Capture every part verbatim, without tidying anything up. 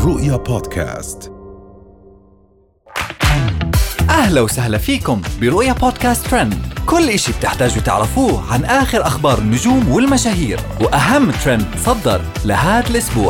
رؤيا بودكاست. أهلا وسهلا فيكم برؤيا بودكاست ترند، كل إشي بتحتاجوا تعرفوه عن آخر أخبار النجوم والمشاهير وأهم ترند صدر لهذا الأسبوع.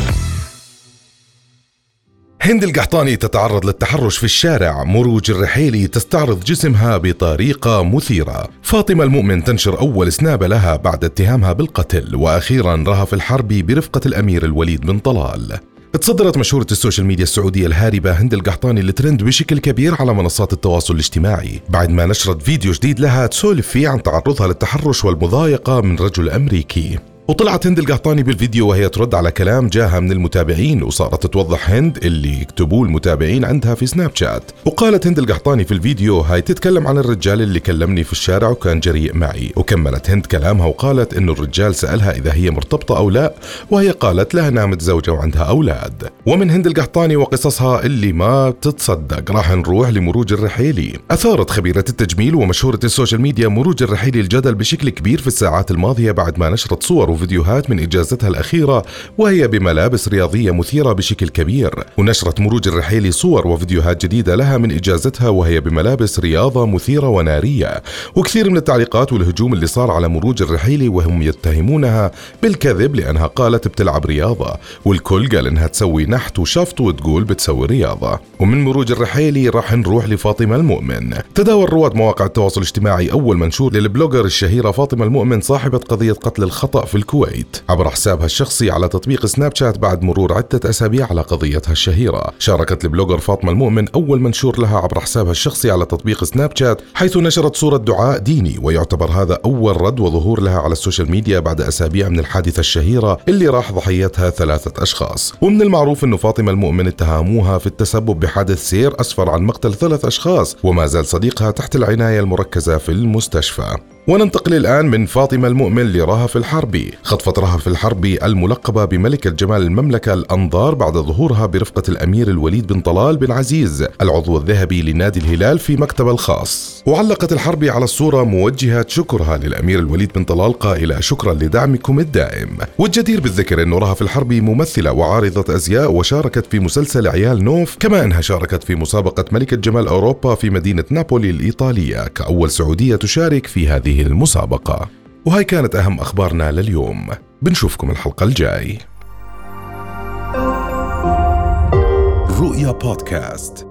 هند القحطاني تتعرض للتحرش في الشارع، مروج الرحيلي تستعرض جسمها بطريقة مثيرة، فاطمة المؤمن تنشر أول سناب لها بعد اتهامها بالقتل، وأخيرا رهف الحربي برفقة الأمير الوليد بن طلال. تصدرت مشهورة السوشيال ميديا السعودية الهاربة هند القحطاني الترند بشكل كبير على منصات التواصل الاجتماعي بعد ما نشرت فيديو جديد لها تسولف فيه عن تعرضها للتحرش والمضايقة من رجل أمريكي. وطلعت هند القحطاني بالفيديو وهي ترد على كلام جاها من المتابعين، وصارت توضح هند اللي يكتبوه المتابعين عندها في سناب شات. وقالت هند القحطاني في الفيديو هاي تتكلم عن الرجال اللي كلمني في الشارع وكان جريء معي. وكملت هند كلامها وقالت انه الرجال سألها اذا هي مرتبطة او لا، وهي قالت لها انها متزوجة وعندها اولاد. ومن هند القحطاني وقصصها اللي ما تتصدق راح نروح لمروج الرحيلي. اثارت خبيرة التجميل ومشهورة السوشيال ميديا مروج الرحيلي الجدل بشكل كبير في الساعات الماضية بعد ما نشرت صور وفيديوهات من إجازتها الأخيرة وهي بملابس رياضية مثيرة بشكل كبير. ونشرت مروج الرحيلي صور وفيديوهات جديدة لها من إجازتها وهي بملابس رياضة مثيرة ونارية. وكثير من التعليقات والهجوم اللي صار على مروج الرحيلي وهم يتهمونها بالكذب لأنها قالت بتلعب رياضة، والكل قال إنها تسوي نحت وشفط وتقول بتسوي رياضة. ومن مروج الرحيلي راح نروح لفاطمة المؤمن. تداول رواد مواقع التواصل الاجتماعي أول منشور للبلوجر الشهيرة فاطمة المؤمن صاحبة قضية قتل الخطأ في الكويت عبر حسابها الشخصي على تطبيق سناب شات بعد مرور عدة أسابيع على قضيتها الشهيرة. شاركت البلوجر فاطمة المؤمن أول منشور لها عبر حسابها الشخصي على تطبيق سناب شات، حيث نشرت صورة دعاء ديني، ويعتبر هذا أول رد وظهور لها على السوشيال ميديا بعد أسابيع من الحادثة الشهيرة اللي راح ضحيتها ثلاثة أشخاص. ومن المعروف أنه فاطمة المؤمن اتهموها في التسبب بحادث سير أسفر عن مقتل ثلاث أشخاص، وما زال صديقها تحت العناية المركزة في المستشفى. وننتقل الآن من فاطمة المؤمن لرهف الحربي. خطفت رهف الحربي الملقبة بملكة جمال المملكة الأنظار بعد ظهورها برفقة الأمير الوليد بن طلال بن عزيز العضو الذهبي لنادي الهلال في مكتبه الخاص. وعلقت الحربي على الصورة موجهة شكرها للأمير الوليد بن طلال قائلة: شكرا لدعمكم الدائم. والجدير بالذكر أنه رهف الحربي ممثلة وعارضة أزياء، وشاركت في مسلسل عيال نوف، كما أنها شاركت في مسابقة ملكة جمال أوروبا في مدينة نابولي الإيطالية كأول سعودية تشارك في هذه المسابقة. وهاي كانت أهم أخبارنا لليوم، بنشوفكم الحلقة الجاي. رؤيا بودكاست.